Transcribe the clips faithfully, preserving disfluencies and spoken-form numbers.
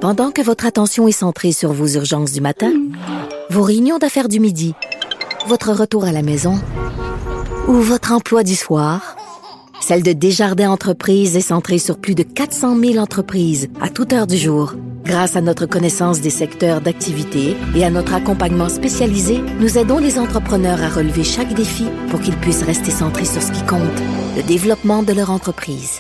Pendant que votre attention est centrée sur vos urgences du matin, vos réunions d'affaires du midi, votre retour à la maison ou votre emploi du soir, celle de Desjardins Entreprises est centrée sur plus de quatre cent mille entreprises à toute heure du jour. Grâce à notre connaissance des secteurs d'activité et à notre accompagnement spécialisé, nous aidons les entrepreneurs à relever chaque défi pour qu'ils puissent rester centrés sur ce qui compte, le développement de leur entreprise.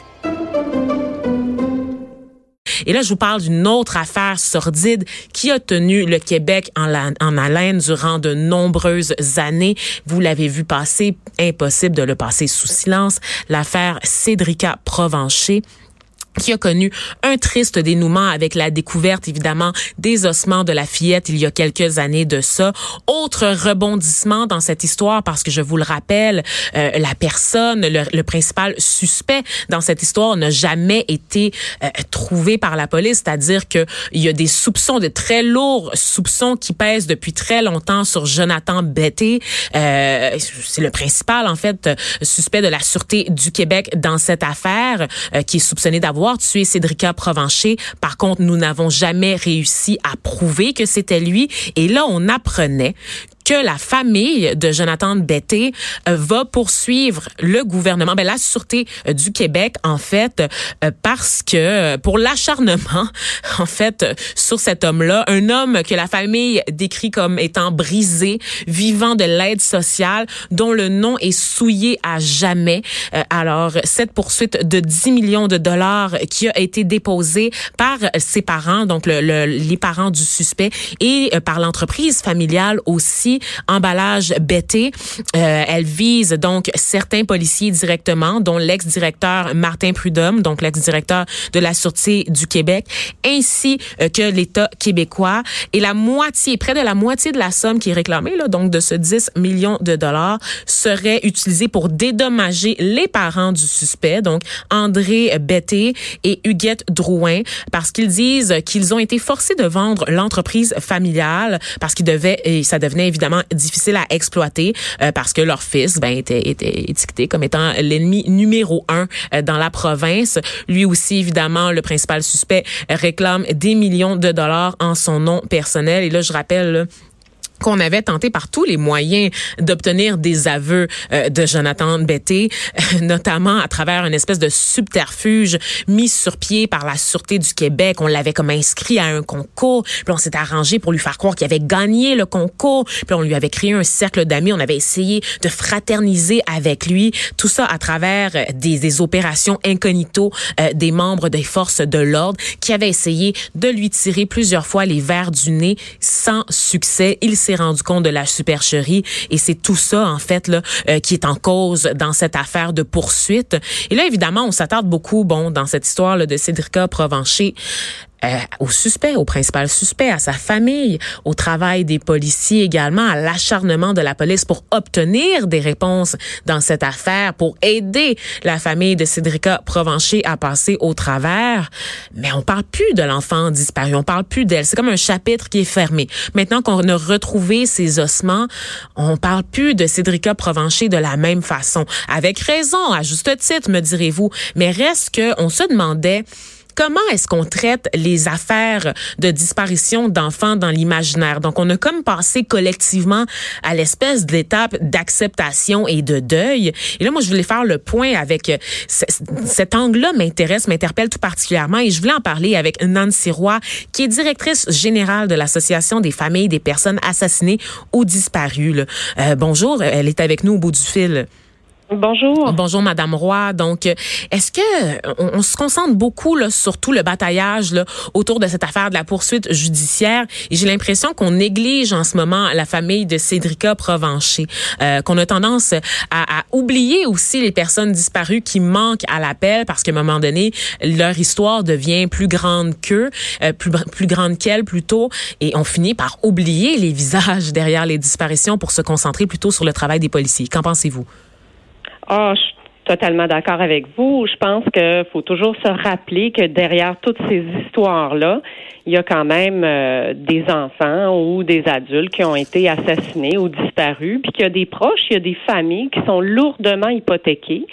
Et là, je vous parle d'une autre affaire sordide qui a tenu le Québec en, la, en haleine durant de nombreuses années. Vous l'avez vu passer, impossible de le passer sous silence. L'affaire Cédrica Provencher, qui a connu un triste dénouement avec la découverte, évidemment, des ossements de la fillette il y a quelques années de ça. Autre rebondissement dans cette histoire, parce que je vous le rappelle, euh, la personne, le, le principal suspect dans cette histoire n'a jamais été euh, trouvé par la police, c'est-à-dire que il y a des soupçons, de très lourds soupçons qui pèsent depuis très longtemps sur Jonathan Betté. Euh, c'est le principal, en fait, suspect de la Sûreté du Québec dans cette affaire, euh, qui est soupçonné d'avoir tué Cédrica Provencher. Par contre, nous n'avons jamais réussi à prouver que c'était lui. Et là, on apprenait que la famille de Jonathan Betté euh, va poursuivre le gouvernement, ben la Sûreté euh, du Québec, en fait, euh, parce que euh, pour l'acharnement, en fait, euh, sur cet homme-là, un homme que la famille décrit comme étant brisé, vivant de l'aide sociale, dont le nom est souillé à jamais. Euh, alors, cette poursuite de dix millions de dollars qui a été déposée par ses parents, donc le, le, les parents du suspect, et euh, par l'entreprise familiale aussi, Emballage Betté. Euh, elle vise donc certains policiers directement, dont l'ex-directeur Martin Prudhomme, donc l'ex-directeur de la Sûreté du Québec, ainsi euh, que l'État québécois. Et la moitié, près de la moitié de la somme qui est réclamée, là, donc de ce dix millions de dollars, serait utilisée pour dédommager les parents du suspect, donc André Betté et Huguette Drouin, parce qu'ils disent qu'ils ont été forcés de vendre l'entreprise familiale parce qu'ils devaient, et ça devenait évidemment difficile à exploiter euh, parce que leur fils ben était, était étiqueté comme étant l'ennemi numéro un euh, dans la province. Lui aussi, évidemment, le principal suspect réclame des millions de dollars en son nom personnel. Et là, je rappelle là, qu'on avait tenté par tous les moyens d'obtenir des aveux euh, de Jonathan Betté, euh, notamment à travers une espèce de subterfuge mis sur pied par la Sûreté du Québec. On l'avait comme inscrit à un concours, puis on s'était arrangé pour lui faire croire qu'il avait gagné le concours, puis on lui avait créé un cercle d'amis, on avait essayé de fraterniser avec lui, tout ça à travers des, des opérations incognito euh, des membres des forces de l'ordre qui avaient essayé de lui tirer plusieurs fois les verres du nez sans succès. Il s'est rendu compte de la supercherie et c'est tout ça, en fait, là, euh, qui est en cause dans cette affaire de poursuite. Et là, évidemment, on s'attarde beaucoup, bon, dans cette histoire là, de Cédrica Provencher, Euh, au suspect, au principal suspect, à sa famille, au travail des policiers également, à l'acharnement de la police pour obtenir des réponses dans cette affaire, pour aider la famille de Cédrica Provencher à passer au travers. Mais on parle plus de l'enfant disparu, on parle plus d'elle. C'est comme un chapitre qui est fermé. Maintenant qu'on a retrouvé ses ossements, on parle plus de Cédrica Provencher de la même façon. Avec raison, à juste titre, me direz-vous. Mais reste que on se demandait comment est-ce qu'on traite les affaires de disparition d'enfants dans l'imaginaire? Donc, on a comme passé collectivement à l'espèce d'étape d'acceptation et de deuil. Et là, moi, je voulais faire le point avec c- cet angle-là m'intéresse, m'interpelle tout particulièrement. Et je voulais en parler avec Nancy Roy, qui est directrice générale de l'Association des familles des personnes assassinées ou disparues. Là. Euh, bonjour, elle est avec nous au bout du fil. Bonjour. Bonjour, Madame Roy. Donc, est-ce que on, on se concentre beaucoup là, sur tout le bataillage là, autour de cette affaire de la poursuite judiciaire? Et j'ai l'impression qu'on néglige en ce moment la famille de Cédrica Provencher, euh, qu'on a tendance à, à oublier aussi les personnes disparues qui manquent à l'appel parce qu'à un moment donné, leur histoire devient plus grande qu'eux, euh, plus, plus grande qu'elles plutôt, et on finit par oublier les visages derrière les disparitions pour se concentrer plutôt sur le travail des policiers. Qu'en pensez-vous? Ah, oh, je suis totalement d'accord avec vous. Je pense qu'il faut toujours se rappeler que derrière toutes ces histoires-là, il y a quand même euh, des enfants ou des adultes qui ont été assassinés ou disparus, puis qu'il y a des proches, il y a des familles qui sont lourdement hypothéquées.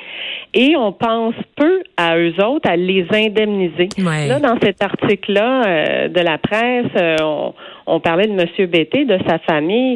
et on pense peu à eux autres, à les indemniser. Ouais. Là, dans cet article-là euh, de la presse, euh, on, on parlait de M. Bété, de sa famille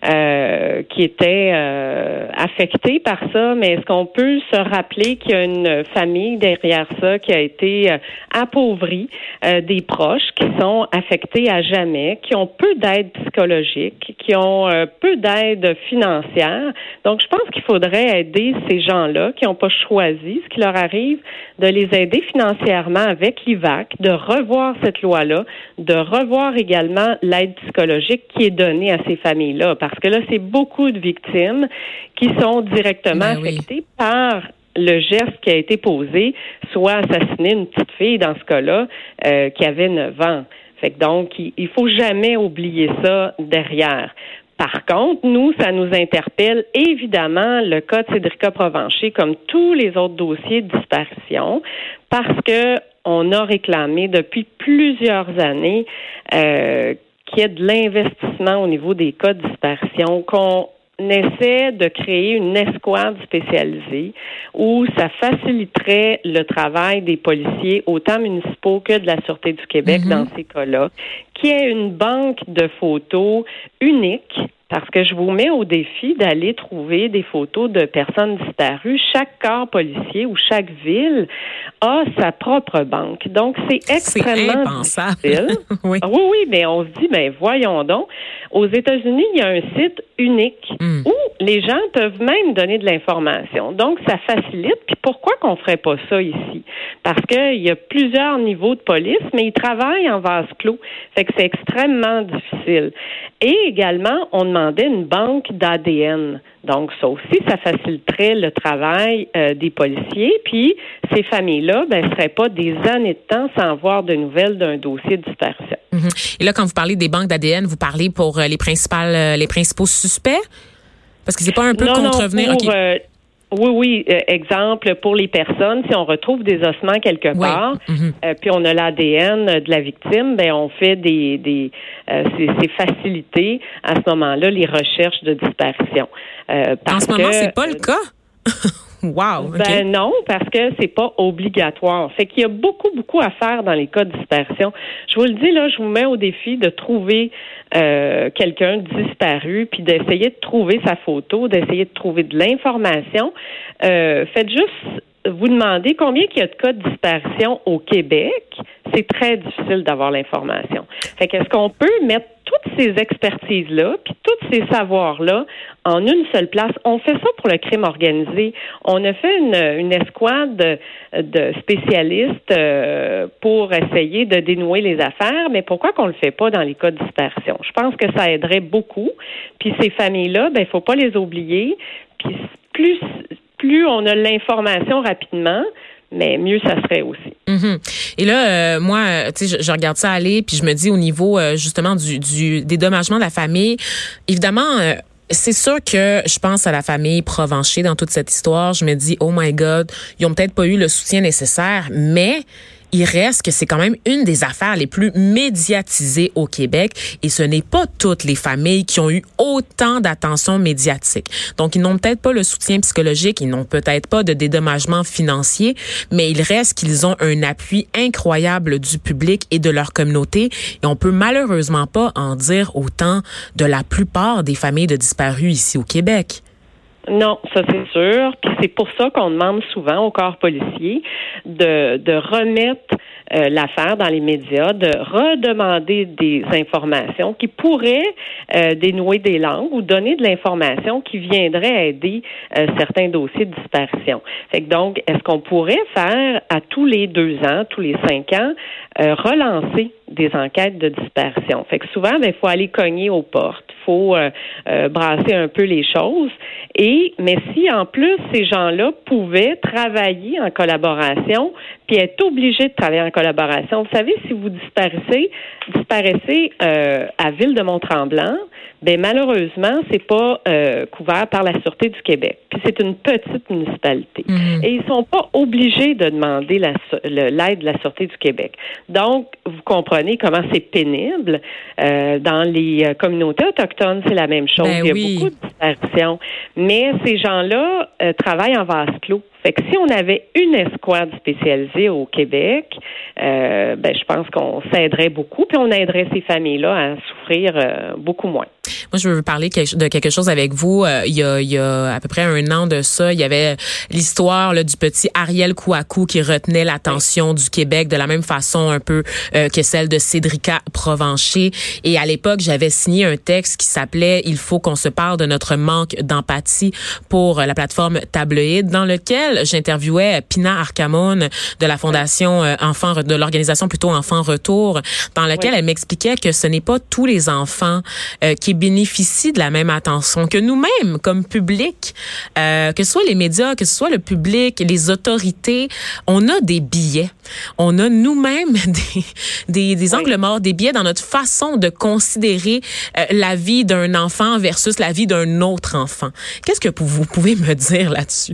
euh, qui était euh, affectée par ça, mais est-ce qu'on peut se rappeler qu'il y a une famille derrière ça qui a été euh, appauvrie, euh, des proches qui sont affectés à jamais, qui ont peu d'aide psychologique, qui ont euh, peu d'aide financière. Donc, je pense qu'il faudrait aider ces gens-là qui n'ont pas choisi ce qui leur arrive, de les aider financièrement avec l'I V A C, de revoir cette loi-là, de revoir également l'aide psychologique qui est donnée à ces familles-là. Parce que là, c'est beaucoup de victimes qui sont directement ben affectées oui. par le geste qui a été posé, soit assassiner une petite fille, dans ce cas-là, euh, qui avait neuf ans. Fait que donc, il, il faut jamais oublier ça derrière. Par contre, nous, ça nous interpelle évidemment le cas de Cédrica Provencher, comme tous les autres dossiers de disparition, parce que on a réclamé depuis plusieurs années euh, qu'il y ait de l'investissement au niveau des cas de disparition, qu'on essaie de créer une escouade spécialisée où ça faciliterait le travail des policiers, autant municipaux que de la Sûreté du Québec mm-hmm. dans ces cas-là, qui est une banque de photos unique, parce que je vous mets au défi d'aller trouver des photos de personnes disparues. Chaque corps policier ou chaque ville a sa propre banque. Donc, c'est extrêmement difficile. oui. oui, oui, mais on se dit, ben voyons donc. Aux États-Unis, il y a un site unique mm. où les gens peuvent même donner de l'information. Donc, ça facilite. Puis pourquoi qu'on ferait pas ça ici? Parce qu'il y a plusieurs niveaux de police, mais ils travaillent en vase clos. Fait que c'est extrêmement difficile. Et également, on demandait une banque d'A D N. Donc, ça aussi, ça faciliterait le travail euh, des policiers. Puis, ces familles-là, ben, ne seraient pas des années de temps sans avoir de nouvelles d'un dossier de disparition. Mm-hmm. Et là, quand vous parlez des banques d'A D N, vous parlez pour euh, les principales, euh, les principaux suspects? Parce que c'est pas un peu non, contrevenir. Non, pour, okay. euh, Oui, oui. Euh, exemple, pour les personnes, si on retrouve des ossements quelque oui. part, mm-hmm. euh, puis on a l'A D N de la victime, ben on fait des, des euh, c'est, c'est facilité à ce moment-là les recherches de disparition. Euh, parce en ce moment, que, c'est pas le cas. Wow. Okay. Ben non, parce que c'est pas obligatoire. Fait qu'il y a beaucoup, beaucoup à faire dans les cas de disparition. Je vous le dis, là, je vous mets au défi de trouver euh, quelqu'un disparu, puis d'essayer de trouver sa photo, d'essayer de trouver de l'information. Euh, faites juste vous demander combien il y a de cas de disparition au Québec. C'est très difficile d'avoir l'information. Fait qu'est-ce qu'on peut mettre toutes ces expertises-là, puis tous ces savoirs-là en une seule place? On fait ça pour le crime organisé. On a fait une, une escouade de, de spécialistes euh, pour essayer de dénouer les affaires, mais pourquoi qu'on le fait pas dans les cas de disparition? Je pense que ça aiderait beaucoup. Puis ces familles-là, ben il faut pas les oublier. Puis plus plus on a l'information rapidement, mais mieux ça serait aussi. Mm-hmm. Et là, euh, moi, tu sais, je, je regarde ça aller, puis je me dis au niveau euh, justement du, du dédommagement de la famille, évidemment. Euh, C'est sûr que je pense à la famille Provencher dans toute cette histoire. Je me dis, oh my God, ils ont peut-être pas eu le soutien nécessaire, mais il reste que c'est quand même une des affaires les plus médiatisées au Québec et ce n'est pas toutes les familles qui ont eu autant d'attention médiatique. Donc, ils n'ont peut-être pas le soutien psychologique, ils n'ont peut-être pas de dédommagement financier, mais il reste qu'ils ont un appui incroyable du public et de leur communauté et on peut malheureusement pas en dire autant de la plupart des familles de disparus ici au Québec. Non, ça c'est sûr. Puis c'est pour ça qu'on demande souvent au corps policier de, de remettre euh, l'affaire dans les médias, de redemander des informations qui pourraient euh, dénouer des langues ou donner de l'information qui viendrait aider euh, certains dossiers de disparition. Fait que donc, est-ce qu'on pourrait faire à tous les deux ans, tous les cinq ans, euh, relancer des enquêtes de disparition? Fait que souvent, ben, il faut aller cogner aux portes, il faut euh, euh, brasser un peu les choses. Et mais si en plus ces gens-là pouvaient travailler en collaboration, puis être obligés de travailler en collaboration, vous savez, si vous disparaissez, disparaissez euh, à Ville-de-Mont-Tremblant, ben malheureusement, c'est pas euh, couvert par la Sûreté du Québec. Puis c'est une petite municipalité. Mmh. Et ils sont pas obligés de demander la, le, l'aide de la Sûreté du Québec. Donc, vous comprenez comment c'est pénible. Euh, dans les communautés autochtones, c'est la même chose. Ben Il y a oui. beaucoup de disparitions. Mais ces gens-là euh, travaillent en vase clos. Fait que si on avait une escouade spécialisée au Québec, euh, ben je pense qu'on s'aiderait beaucoup, puis on aiderait ces familles-là à souffrir euh, beaucoup moins. Moi, je veux parler de quelque chose avec vous. Euh, il y a, il y a à peu près un an de ça, il y avait l'histoire là, du petit Ariel Kouakou qui retenait l'attention du Québec de la même façon un peu euh, que celle de Cédrica Provencher. Et à l'époque, j'avais signé un texte qui s'appelait « Il faut qu'on se parle de notre manque d'empathie » pour la plateforme Tabloïd, dans lequel j'interviewais Pina Arcamone de la Fondation euh, Enfants, de l'organisation plutôt Enfants Retour, dans laquelle oui. elle m'expliquait que ce n'est pas tous les enfants euh, qui bénéficient de la même attention que nous-mêmes comme public, euh, que ce soit les médias, que ce soit le public, les autorités. On a des biais. On a nous-mêmes des, des, des oui. angles morts, des biais dans notre façon de considérer euh, la vie d'un enfant versus la vie d'un autre enfant. Qu'est-ce que vous pouvez me dire là-dessus?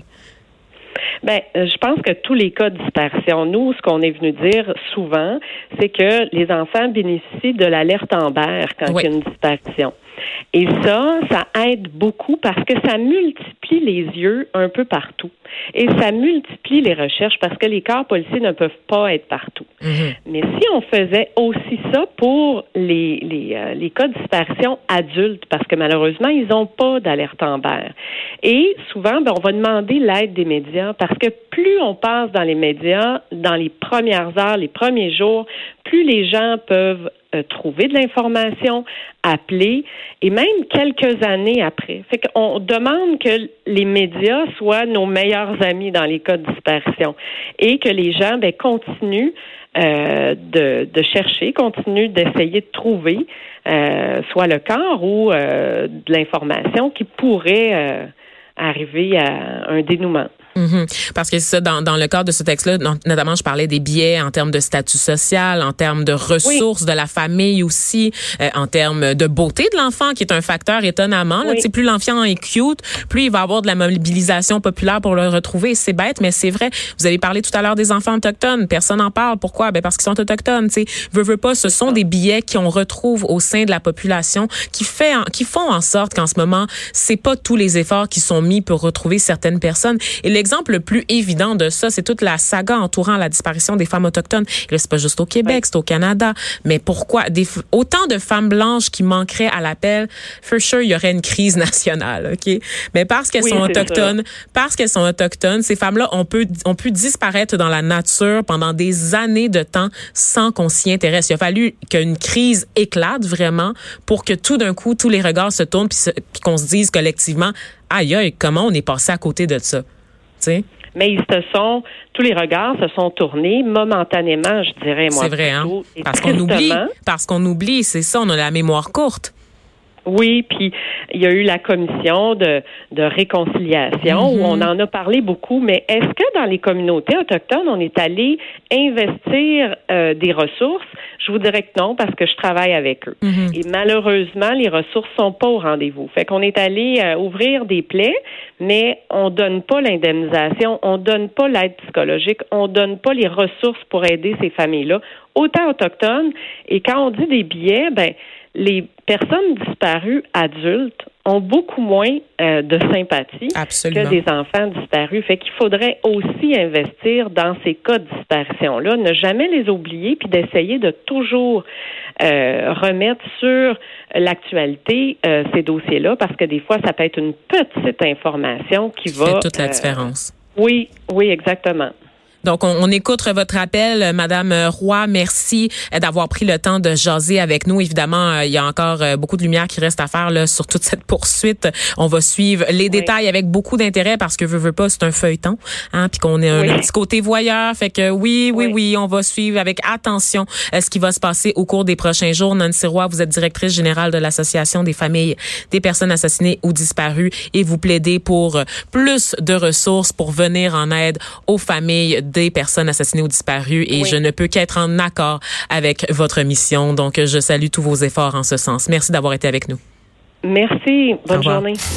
Ben, je pense que tous les cas de dispersion, nous, ce qu'on est venu dire souvent, c'est que les enfants bénéficient de l'alerte Amber quand oui. il y a une disparition. Et ça, ça aide beaucoup parce que ça multiplie les yeux un peu partout. Et ça multiplie les recherches parce que les corps policiers ne peuvent pas être partout. Mm-hmm. Mais si on faisait aussi ça pour les les, euh, les cas de disparition adultes, parce que malheureusement, ils n'ont pas d'alerte Amber. Et souvent, ben, on va demander l'aide des médias parce que plus on passe dans les médias, dans les premières heures, les premiers jours, plus les gens peuvent euh, trouver de l'information, appeler, et même quelques années après. Fait qu'on demande que les médias soient nos meilleurs amis dans les cas de disparition et que les gens ben, continuent euh, de, de chercher, continuent d'essayer de trouver euh, soit le corps ou euh, de l'information qui pourrait euh, arriver à un dénouement. Mm-hmm. Parce que c'est ça, dans, dans le cadre de ce texte-là, notamment, je parlais des biais en termes de statut social, en termes de ressources oui. de la famille aussi, euh, en termes de beauté de l'enfant, qui est un facteur étonnamment. Oui. Là, tu sais, plus l'enfant est cute, plus il va avoir de la mobilisation populaire pour le retrouver. C'est bête, mais c'est vrai. Vous avez parlé tout à l'heure des enfants autochtones. Personne n'en parle. Pourquoi? Ben parce qu'ils sont autochtones. Tu sais, veux, veux pas, ce sont des biais qu'on retrouve au sein de la population, qui fait, en, qui font en sorte qu'en ce moment, c'est pas tous les efforts qui sont mis pour retrouver certaines personnes. Et le L'exemple le plus évident de ça, c'est toute la saga entourant la disparition des femmes autochtones. Et là, c'est pas juste au Québec, oui. c'est au Canada. Mais pourquoi des, autant de femmes blanches qui manqueraient à l'appel? For sure, il y aurait une crise nationale, ok? Mais parce qu'elles oui, sont autochtones, ça. parce qu'elles sont autochtones, ces femmes-là ont pu, ont pu disparaître dans la nature pendant des années de temps sans qu'on s'y intéresse. Il a fallu qu'une crise éclate vraiment pour que tout d'un coup, tous les regards se tournent puis, se, puis qu'on se dise collectivement, aïe, aïe, comment on est passé à côté de ça? T'sais? Mais ils se sont, tous les regards se sont tournés momentanément, je dirais, moi. C'est vrai, hein? Parce qu'on oublie, parce qu'on oublie, c'est ça, on a la mémoire courte. Oui, puis il y a eu la commission de, de réconciliation mm-hmm. où on en a parlé beaucoup, mais est-ce que dans les communautés autochtones, on est allé investir euh, des ressources? Je vous dirais que non, parce que je travaille avec eux. Mm-hmm. Et malheureusement, les ressources sont pas au rendez-vous. Fait qu'on est allé euh, ouvrir des plaies, mais on donne pas l'indemnisation, on donne pas l'aide psychologique, on donne pas les ressources pour aider ces familles-là, autant autochtones. Et quand on dit des billets, ben les personnes disparues adultes ont beaucoup moins euh, de sympathie Absolument. que des enfants disparus. Fait qu'il faudrait aussi investir dans ces cas de disparition-là, ne jamais les oublier, puis d'essayer de toujours euh, remettre sur l'actualité euh, ces dossiers-là, parce que des fois, ça peut être une petite information qui, qui va... fait toute la euh, différence. Oui, oui, exactement. Donc, on, on écoute votre appel, Madame Roy. Merci d'avoir pris le temps de jaser avec nous. Évidemment, il y a encore beaucoup de lumière qui reste à faire là sur toute cette poursuite. On va suivre les oui. détails avec beaucoup d'intérêt parce que veut, veut pas, c'est un feuilleton, hein, puis qu'on est un, oui. un petit côté voyeur. Fait que oui, oui, oui, oui, on va suivre avec attention ce qui va se passer au cours des prochains jours. Nancy Roy, vous êtes directrice générale de l'Association des familles des personnes assassinées ou disparues et vous plaidez pour plus de ressources pour venir en aide aux familles des personnes assassinées ou disparues et oui. je ne peux qu'être en accord avec votre mission. Donc, je salue tous vos efforts en ce sens. Merci d'avoir été avec nous. Merci. Bonne journée.